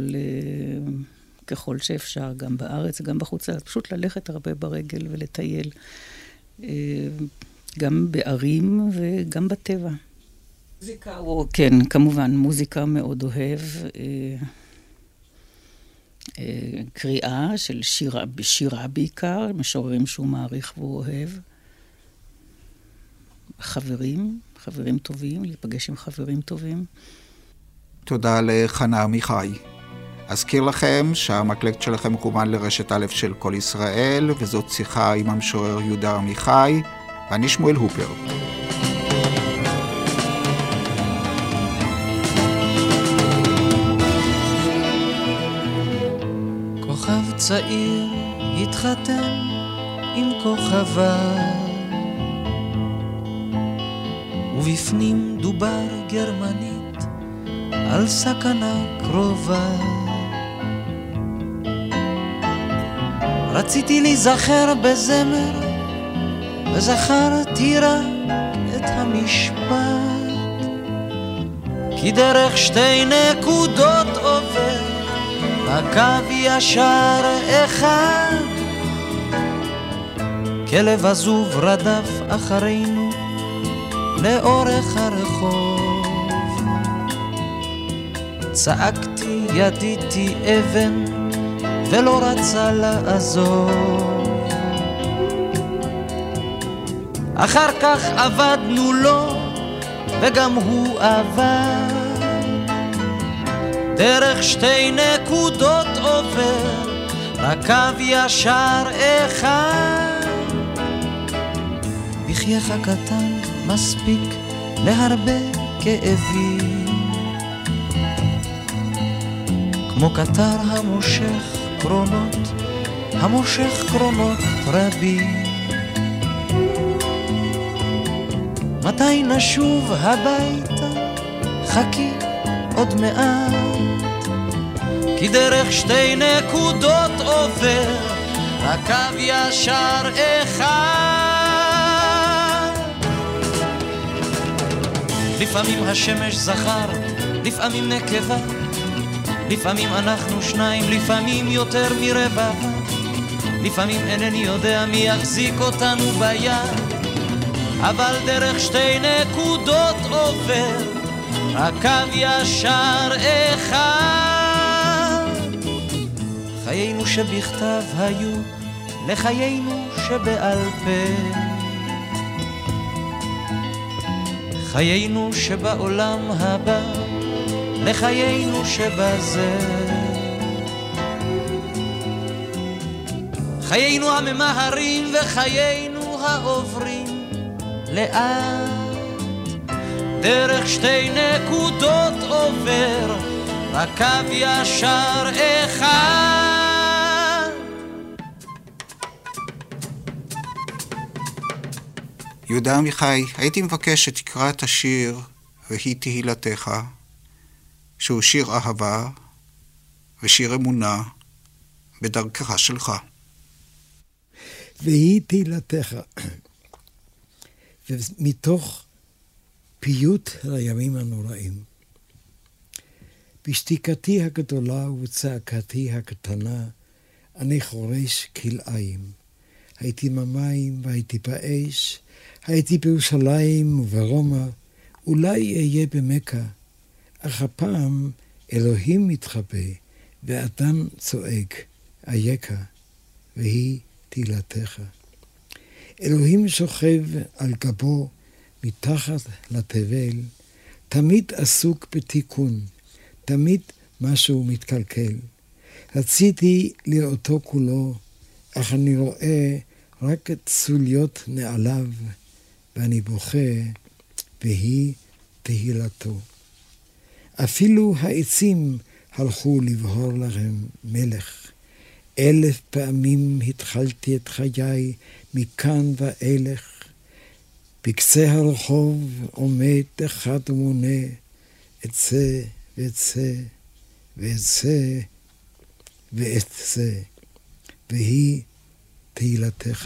S7: ככל שאפשר, גם בארץ, גם בחוץ, פשוט ללכת הרבה ברגל ולטייל. גם בערים וגם בטבע. מוזיקה, כן, כמובן, מוזיקה מאוד אוהב. קריאה של שירה בעיקר, משוררים שהוא מעריך והוא אוהב. חברים טובים, להיפגש עם חברים טובים.
S6: תודה לחנה עמיחי. אזכיר לכם שהמקלט שלכם מכוון לרשת א' של כל ישראל, וזאת שיחה עם המשורר יהודה עמיחי, ואני שמואל הופר.
S8: כוכב צעיר התחתן עם כוכבה, ובפנים דובר גרמנית על סכנה קרובה. רציתי להיזכר בזמר, וזכרתי רק את המשפט, כי דרך 2 נקודות עובר הקו ישר אחד. כלב עזוב רדף אחרינו לאורך הרחוב, צעקתי ידיתי אבן ולא רצה לעזוב. אחר כך עבדנו לו וגם הוא עבד, דרך 2 נקודות עובר הקו ישר אחד. לחייך קטן מספיק להרבה כאבים, כמו קטר המושך קרונות רבים. מתי נשוב הביתה? חכי עוד מעט, כי דרך שתי נקודות עובר הקו ישר אחד. לפעמים השמש זכר, לפעמים נקבה, לפעמים אנחנו שניים, לפעמים יותר מרבע, לפעמים אינני יודע מי יחזיק אותנו ביד, אבל דרך שתי נקודות עובר הקו ישר אחד. חיינו שבכתב היו לחיינו שבעל פה, חיינו שבעולם הבא לחיינו שבזה, חיינו הממהרים וחיינו העוברים לאט, דרך שתי נקודות עובר הקו ישר אחד.
S6: יהודה עמיחי, הייתי מבקש שתקרא את השיר והיא תהילתך, שהוא שיר אהבה ושיר אמונה בדרכך שלך.
S5: והיא תהילתך, ומתוך פיוט לימים הנוראים. בשתיקתי הגדולה וצעקתי הקטנה, אני חורש כלאיים. הייתי במים והייתי באש, הייתי בירושלים וברומא, אולי אהיה במכה, אך הפעם אלוהים מתחבא, ואדם צועק, אייכה, והיא תהילתך. אלוהים שוכב על גבו מתחת לתבל, תמיד עסוק בתיקון, תמיד משהו מתקלקל. רציתי לראותו כולו, אך אני רואה רק צוליות נעליו, ואני בוכה, והיא תהילתו. אפילו העצים הלכו לבחור להם מלך. 1000 פעמים התחלתי את חיי מכאן ואילך. בקצה הרחוב עומד אחד ומונה, את זה ואת זה ואת זה ואת זה, והיא תהילתך.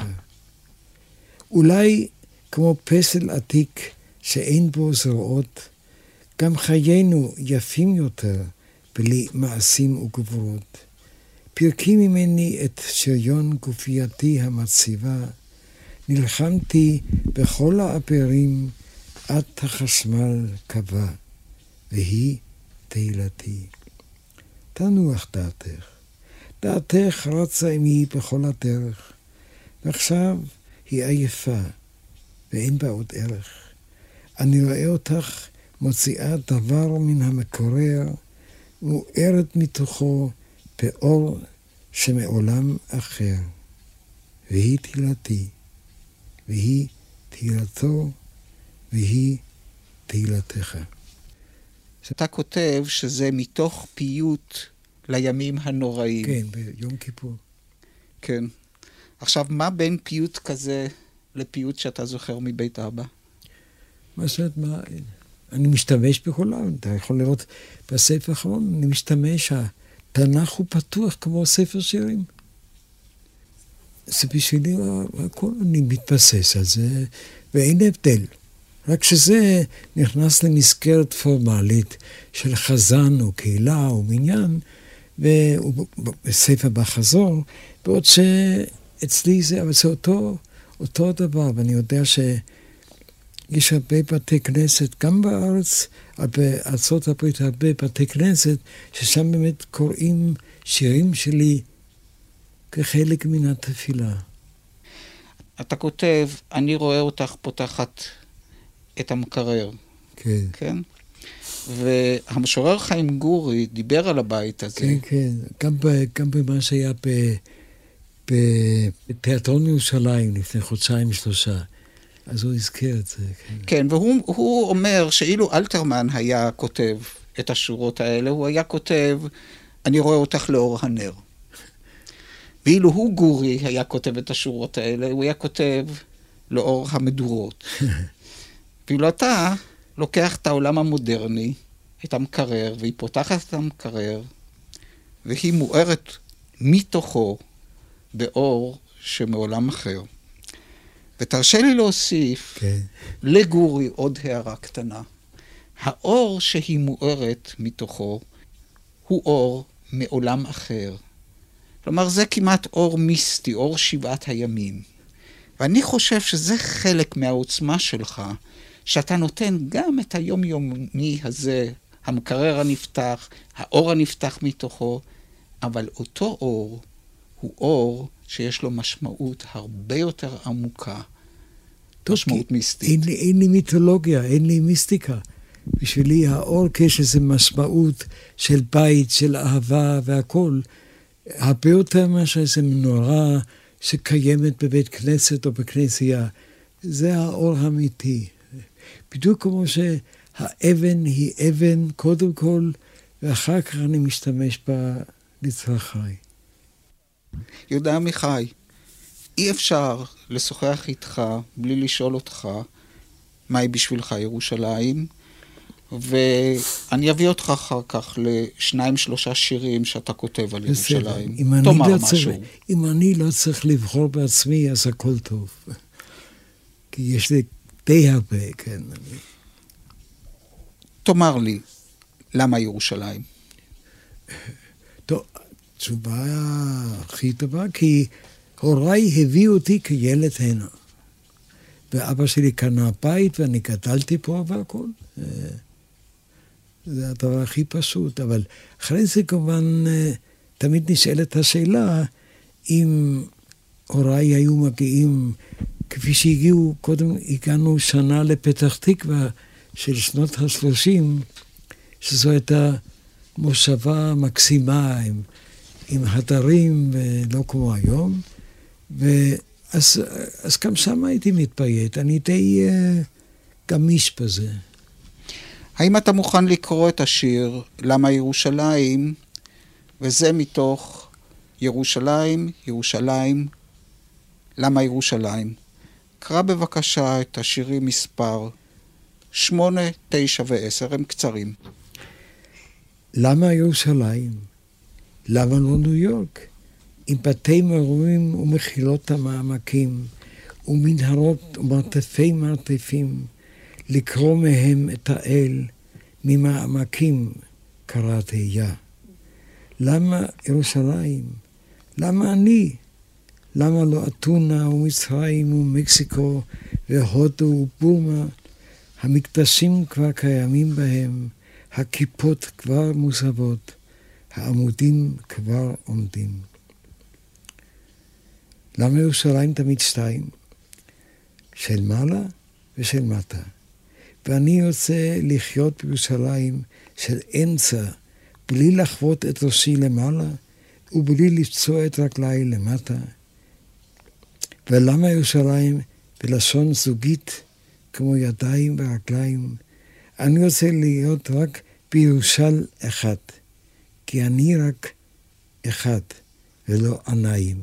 S5: אולי כמו פסל עתיק שאין בו זרועות, גם חיינו יפים יותר בלי מעשים וגבורות. פרקי ממני את שריון גופייתי המציבה, נלחמתי בכל האפרים עד החשמל קבע, והיא תהילתי. תנוח דעתך, דעתך רצה עמי בכל הדרך, ועכשיו היא עייפה, ואין בה עוד ערך. אני רואה אותך מוציאה דבר מן המקורר, מוארת מתוכו באור שמעולם אחר. והיא תהילתי, והיא תהילתו, והיא תהילתך.
S6: אתה כותב שזה מתוך פיוט לימים הנוראים.
S5: כן, ביום כיפור.
S6: כן. עכשיו, מה בין פיוט כזה לפיוט שאתה זוכר מבית אבא?
S5: מה זאת, מה... אני משתמש בכל העם, אתה יכול לראות בספר האחרון, אני משתמש, התנ"ך הוא פתוח כמו ספר שירים. זה בשבילי, הכל אני מתבסס על זה, ואין הבדל. רק שזה נכנס למסגרת פורמלית של חזן או קהילה או מניין, וספר בחזור, בעוד שאצלי זה, אבל זה אותו דבר, ואני יודע יש הרבה בתי כנסת, גם בארץ, בארצות הברית, הרבה בתי כנסת, ששם באמת קוראים שירים שלי כחלק מן התפילה.
S6: אתה כותב, אני רואה אותך פותחת את המקרר.
S5: כן.
S6: כן? והמשורר חיים גורי דיבר על הבית הזה.
S5: כן, כן. גם במה שהיה בתיאטרון ירושלים לפני 2-3 חודשים. אז הוא הזכיר את זה. כן,
S6: כן, והוא אומר שאילו אלתרמן היה כותב את השורות האלה, הוא היה כותב, אני רואה אותך לאור הנר. ואילו הוא גורי היה כותב את השורות האלה, הוא היה כותב לאור המדורות. ואילו אתה לוקח את העולם המודרני, את המקרר, והיא פותחת את המקרר, והיא מוארת מתוכו באור שמעולם אחר. ותרשה לי להוסיף לגורי עוד הערה קטנה. האור שהיא מוארת מתוכו הוא אור מעולם אחר. כלומר, זה כמעט אור מיסטי, אור 7 הימים. ואני חושב שזה חלק מהעוצמה שלך, שאתה נותן גם את היומיומי הזה, המקרר הנפתח, האור הנפתח מתוכו, אבל אותו אור הוא אור שיש לו משמעות הרבה יותר עמוקה, משמעות מיסטית.
S5: אין לי מיתולוגיה, אין לי מיסטיקה. בשבילי האור יש איזו משמעות של בית, של אהבה והכל, הרבה יותר מאשר איזו מנורה שקיימת בבית כנסת או בכנסייה. זה האור האמיתי. בדיוק כמו שהאבן היא אבן קודם כל, ואחר כך אני משתמש בה לצרכי.
S6: יהודה עמיחי, אי אפשר לשוחח איתך בלי לשאול אותך מהי בשבילך ירושלים, ואני אביא אותך אחר כך ל2-3 שירים שאתה כותב על ירושלים. תאמר משהו.
S5: אם אני לא צריך לבחור בעצמי, אז הכל טוב. כי יש לי די הרבה, כן.
S6: תאמר לי, למה ירושלים?
S5: טוב, תשובה הכי טובה, כי הוריי הביאו אותי כילד הנה. ואבא שלי קנה בית, ואני גדלתי פה והכל. זה הדבר הכי פשוט. אבל אחרי זה כמובן תמיד נשאלת השאלה, אם הוריי היו מגיעים, כפי שהגיעו, קודם הגענו שנה לפתח תקווה של שנות ה-30, שזו הייתה מושבה מקסימה עם הדרים ולא כמו היום, אז גם שם הייתי מתפייט, אני די גמיש בזה.
S6: האם אתה מוכן לקרוא את השיר למה ירושלים, וזה מתוך ירושלים, ירושלים, למה ירושלים? קרא בבקשה את השירים מספר 8, 9 ו-10, הם קצרים.
S5: למה ירושלים? למה לא ניו יורק? עם בתי מרומים ומחילות המעמקים, ומנהרות ומרתפי מרתפים, לקרוא מהם את האל ממעמקים קרא תהייה. למה ירושלים? למה אני? למה לא אתונה ומצרים ומקסיקו והודו ובורמה? המקדשים כבר קיימים בהם, הכיפות כבר מוסבות, העמודים כבר עומדים. למה ירושלים תמיד 2? של מעלה ושל מטה. ואני רוצה לחיות בירושלים של אמצע, בלי לחוות את ראשי למעלה, ובלי לפצוע את רגליי למטה. ולמה ירושלים בלשון זוגית, כמו ידיים ורגליים? אני רוצה להיות רק בירושל אחד, כי אני רק אחד, ולא עיניים.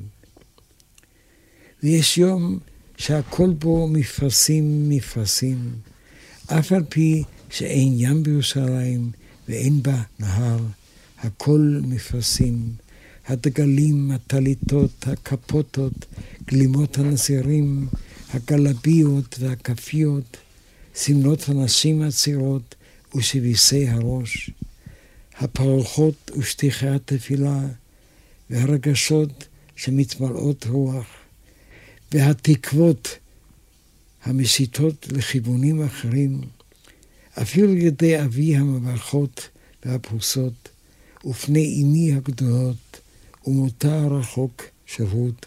S5: ויש יום שהכל בו מפרשים, אף על פי שאין ים בירושלים ואין בה נהר, הכל מפרשים. הדגלים, הטליתות, הקפוטות, גלימות הנזירים, הגלביות והכפיות, סמלות הנשים הצעירות ושביסי הראש, הפרחות ושטיחי התפילה, והרגשות שמתמלאות רוח, והתקוות המסיתות לכיוונים אחרים, אפילו ידי אבי המברכות והפרוסות, ופני אמי הגדולות, ומותה הרחוק של רות,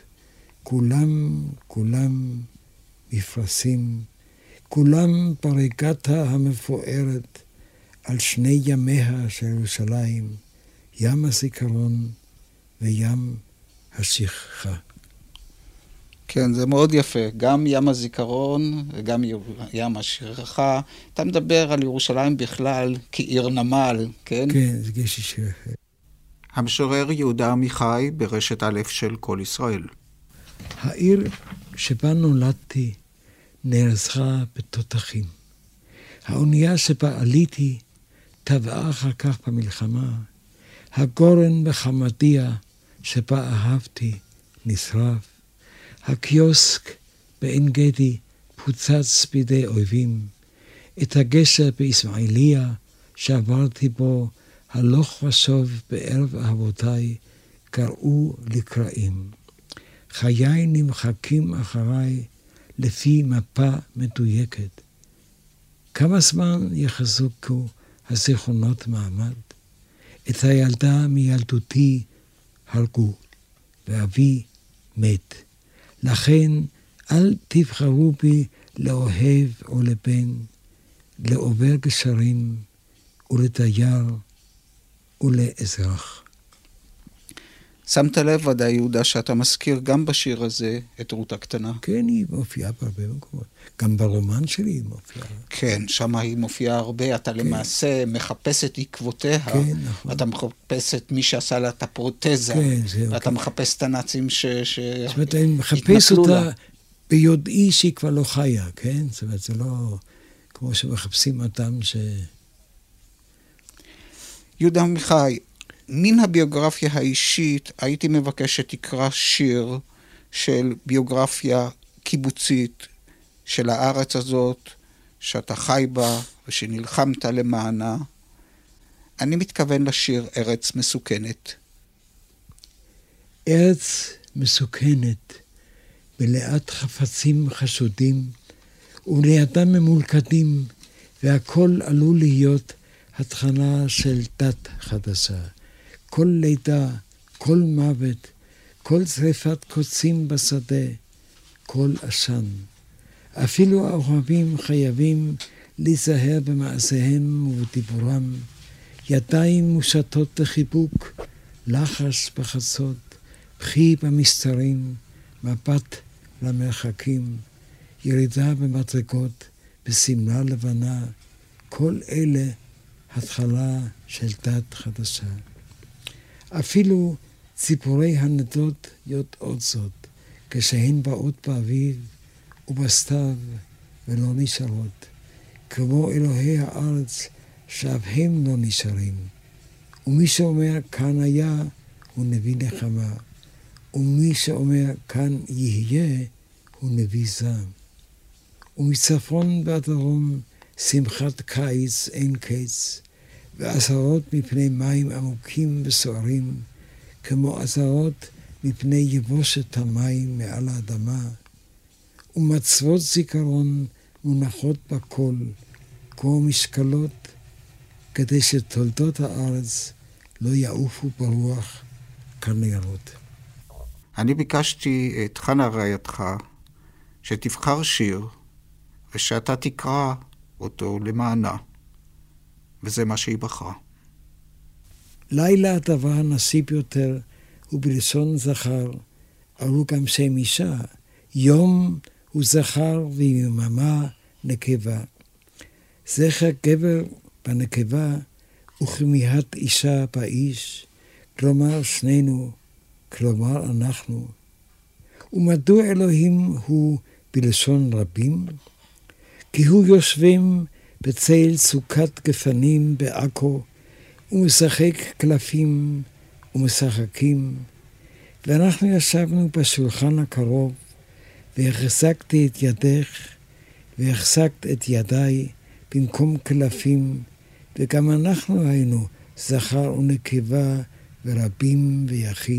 S5: כולם מפרשים, כולם ברגתה המפוארת על 2 ימיה של ירושלים, ים הזיכרון וים השכחה.
S6: כן, זה מאוד יפה. גם ים הזיכרון וגם ים השירחה. אתה מדבר על ירושלים בכלל כעיר נמל, כן?
S5: כן, זה יש שיר אחר.
S6: המשורר יהודה עמיחי ברשת א' של כל ישראל.
S5: העיר שבה נולדתי נהרסה בתותחים. האונייה שבה עליתי טבעה אחר כך במלחמה. הגורן בחמדיה שבה אהבתי נשרף. הקיוסק בעין גדי פוצץ בידי אויבים. את הגשר באסמאעיליה שעברתי בו הלוך ושוב בערב אהבותיי קראו לקראים. חיי נמחקים אחריי לפי מפה מדויקת. כמה זמן יחזוקו הזיכרונות מעמד? את הילדה מילדותי הרגו, ואבי מת. לכן אל תבחרו בי לאוהב או לבן, לעובר גשרים ולדייר ולאזרח.
S6: שמת לב ודאי, יהודה, שאתה מזכיר גם בשיר הזה את רות הקטנה.
S5: כן, היא מופיעה בהרבה מקומות. גם ברומן שלי היא מופיעה.
S6: כן, שם היא מופיעה הרבה. אתה כן. למעשה מחפש את עקבותיה.
S5: כן, נכון.
S6: אתה מחפש את מי שעשה לה את הפרוטזה.
S5: כן, זהו.
S6: ואתה מחפש את הנאצים
S5: זאת אומרת, אני מחפש אותה ביודעי שהיא כבר לא חיה, כן? זאת אומרת, זה לא כמו שמחפשים אדם ש...
S6: יהודה עמיחי, מן הביוגרפיה האישית, הייתי מבקש שתקרא שיר של ביוגרפיה קיבוצית של הארץ הזאת, שאתה חי בה ושנלחמת למענה. אני מתכוון לשיר ארץ מסוכנת.
S5: ארץ מסוכנת, מלאת חפצים חשודים, ולידם ממולכדים, והכל עלול להיות התחלה של דת חדשה. כל לידה, כל מוות, כל שריפת קוצים בשדה, כל עשן. אפילו האוהבים חייבים להיזהר במעשיהם ובדיבורם. ידיים מושטות לחיבוק, לחש בחצות, בכי במסתרים, מבט למרחקים, ירידה במדרגות, בסמלה לבנה. כל אלה התחלה של דת חדשה. אפילו ציפורי הנדות יודעות זאת, כשהן באות באביב ובסתיו ולא נשארות, כמו אלוהי הארץ שאף הם לא נשארים. ומי שאומר כאן היה הוא נביא נחמה, ומי שאומר כאן יהיה הוא נביא זעם. ומצפון ועד דרום שמחת קיץ אין קץ, ועשרות מפני מים עמוקים וסוערים, כמו עשרות מפני יבושת המים מעל האדמה, ומצוות זיכרון מונחות בכל, כמו משקלות, כדי שתולדות הארץ לא יעופו ברוח כנרות.
S6: אני ביקשתי את חנה רעייתך שתבחר שיר ושאתה תקרא אותו למענה, וזה מה שהיא בחרה.
S5: לילה הדבר הנסיב יותר הוא בלשון זכר, אבל הוא גם שם אישה. יום הוא זכר ויממה נקבה. זכר גבר בנקבה וכמיהת אישה באיש, כלומר שנינו, כלומר אנחנו. ומדוע אלוהים הוא בלשון רבים? כי הוא יושבים בצל סוכת גפנים בעכו, ומשחק קלפים ומשחקים, ואנחנו ישבנו בשולחן הקרוב, והחזקתי את ידך, והחזקת את ידיי במקום קלפים, וגם אנחנו היינו זכר ונקבה ורבים ויחיד.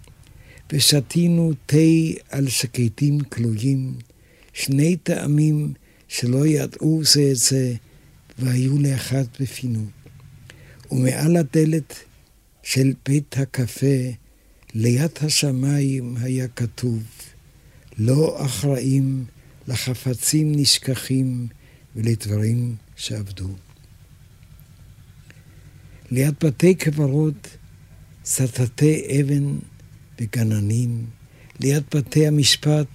S5: ושתינו תה על שקטים כלויים, שני טעמים שלא ידעו זה את זה, והיו לאחד בפינו. ומעל הדלת של בית הקפה, ליד השמיים היה כתוב, לא אחראים לחפצים נשכחים ולדברים שעבדו. ליד בתי קברות, סטטי אבן וגננים, ליד בתי המשפט,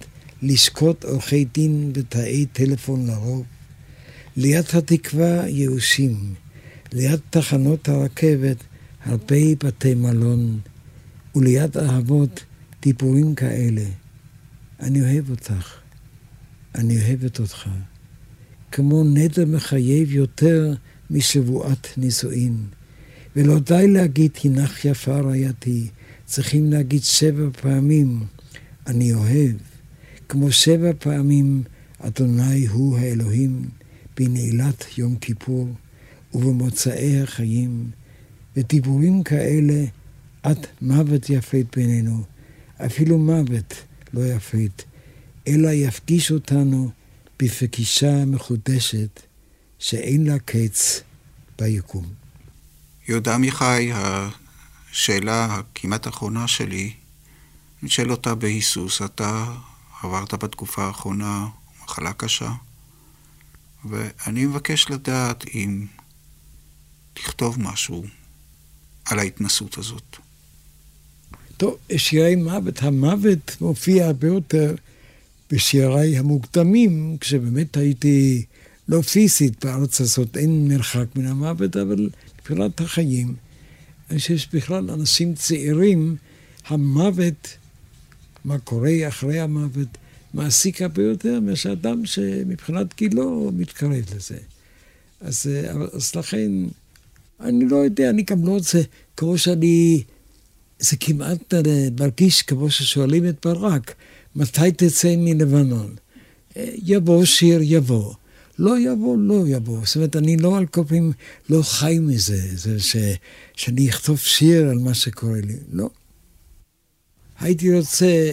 S5: לשקוט עורכי דין ותאי טלפון לרוב, ליד התקווה ייאושים, ליד תחנות הרכבת הרבה בתי מלון, וליד אהבות דיבורים כאלה. אני אוהב אותך, אני אוהבת אותך, כמו נדר מחייב יותר משבועת נישואין. ולא די להגיד הנך יפה רעייתי, צריכים להגיד 7 פעמים אני אוהב, כמו 7 פעמים אדוני הוא האלוהים, בנעילת יום כיפור ובמוצאי החיים. ודיבורים כאלה עד מוות יפית בינינו, אפילו מוות לא יפית, אלא יפגיש אותנו בפגישה מחודשת שאין לה קץ ביקום.
S6: יהודה עמיחי, השאלה הכמעט האחרונה שלי, אני שואל אותה בהיסוס. אתה עברת בתקופה האחרונה מחלה קשה, ואני מבקש לדעת אם תכתוב משהו על ההתנסות הזאת.
S5: טוב, שירי מוות, המוות מופיע הרבה יותר בשירי המוקדמים, כשבאמת הייתי לא פיזית בארץ הזאת, אין מרחק מן המוות, אבל מבחינת החיים, אני חושב שבכלל אנשים צעירים, המוות, מה קורה אחרי המוות, מעסיק הרבה יותר מאשר אדם שמבחינת גילו מתקרב לזה. אז לכן, אני לא יודע, אני גם לא רוצה, כמו שאני, זה כמעט מרגיש כמו ששואלים את ברק, מתי תצא מלבנון? יבוא שיר, יבוא. לא יבוא, לא יבוא. זאת אומרת, אני לא על כל פעמים לא חי מזה, זה שאני אכתוב שיר על מה שקורה לי. לא. הייתי רוצה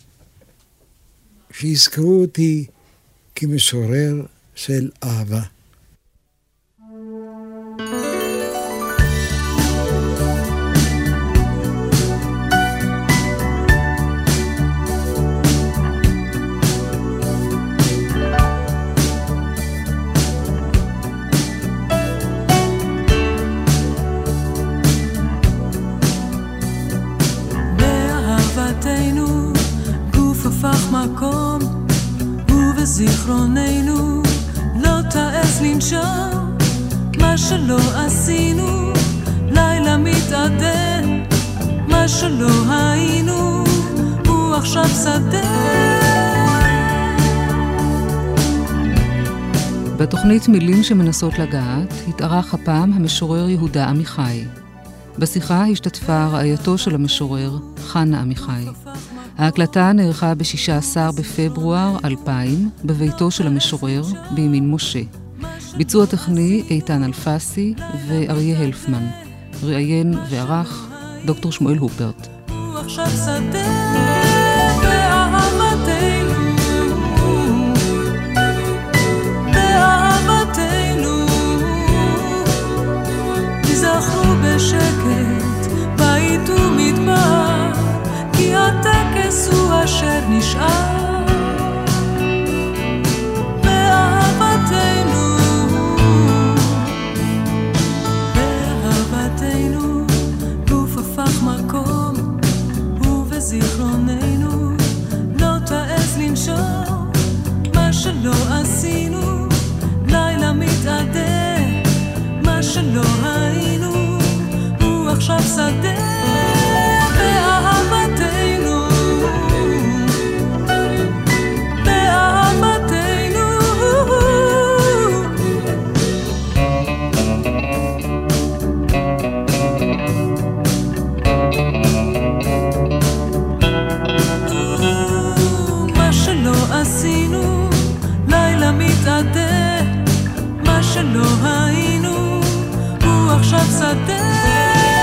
S5: שיזכרו אותי כמשורר של אהבה.
S3: מקום ובזיכרוננו לא תעש לנשום מה שלא עשינו, לילה מתעדן מה שלא היינו, הוא עכשיו שדה.
S4: בתוכנית מילים שמנסות לגעת התארח הפעם המשורר יהודה עמיחי. בשיחה השתתפה רעייתו של המשורר חנה עמיחי. ההקלטה נערכה ב-16 בפברואר 2000 בביתו של המשורר בימין משה. ביצוע טכני איתן אלפסי ואריה הלפמן. ראיין וערך דוקטור שמואל הופרט.
S3: עכשיו שדה באהבתנו, באהבתנו, תזכרו בשקט בית ומדבר, כי הטקס הוא אשר נשאר. באהבתנו, באהבתנו, גוף הפך מקום, ובזיכרוננו לא תעז לנשום מה שלא עשינו, לילה מתעדה מה שלא היינו, הוא עכשיו שדה. באהבתנו, באהבתנו, מה שלא עשינו, לילה מתעדה מה שלא היינו, הוא עכשיו שדה.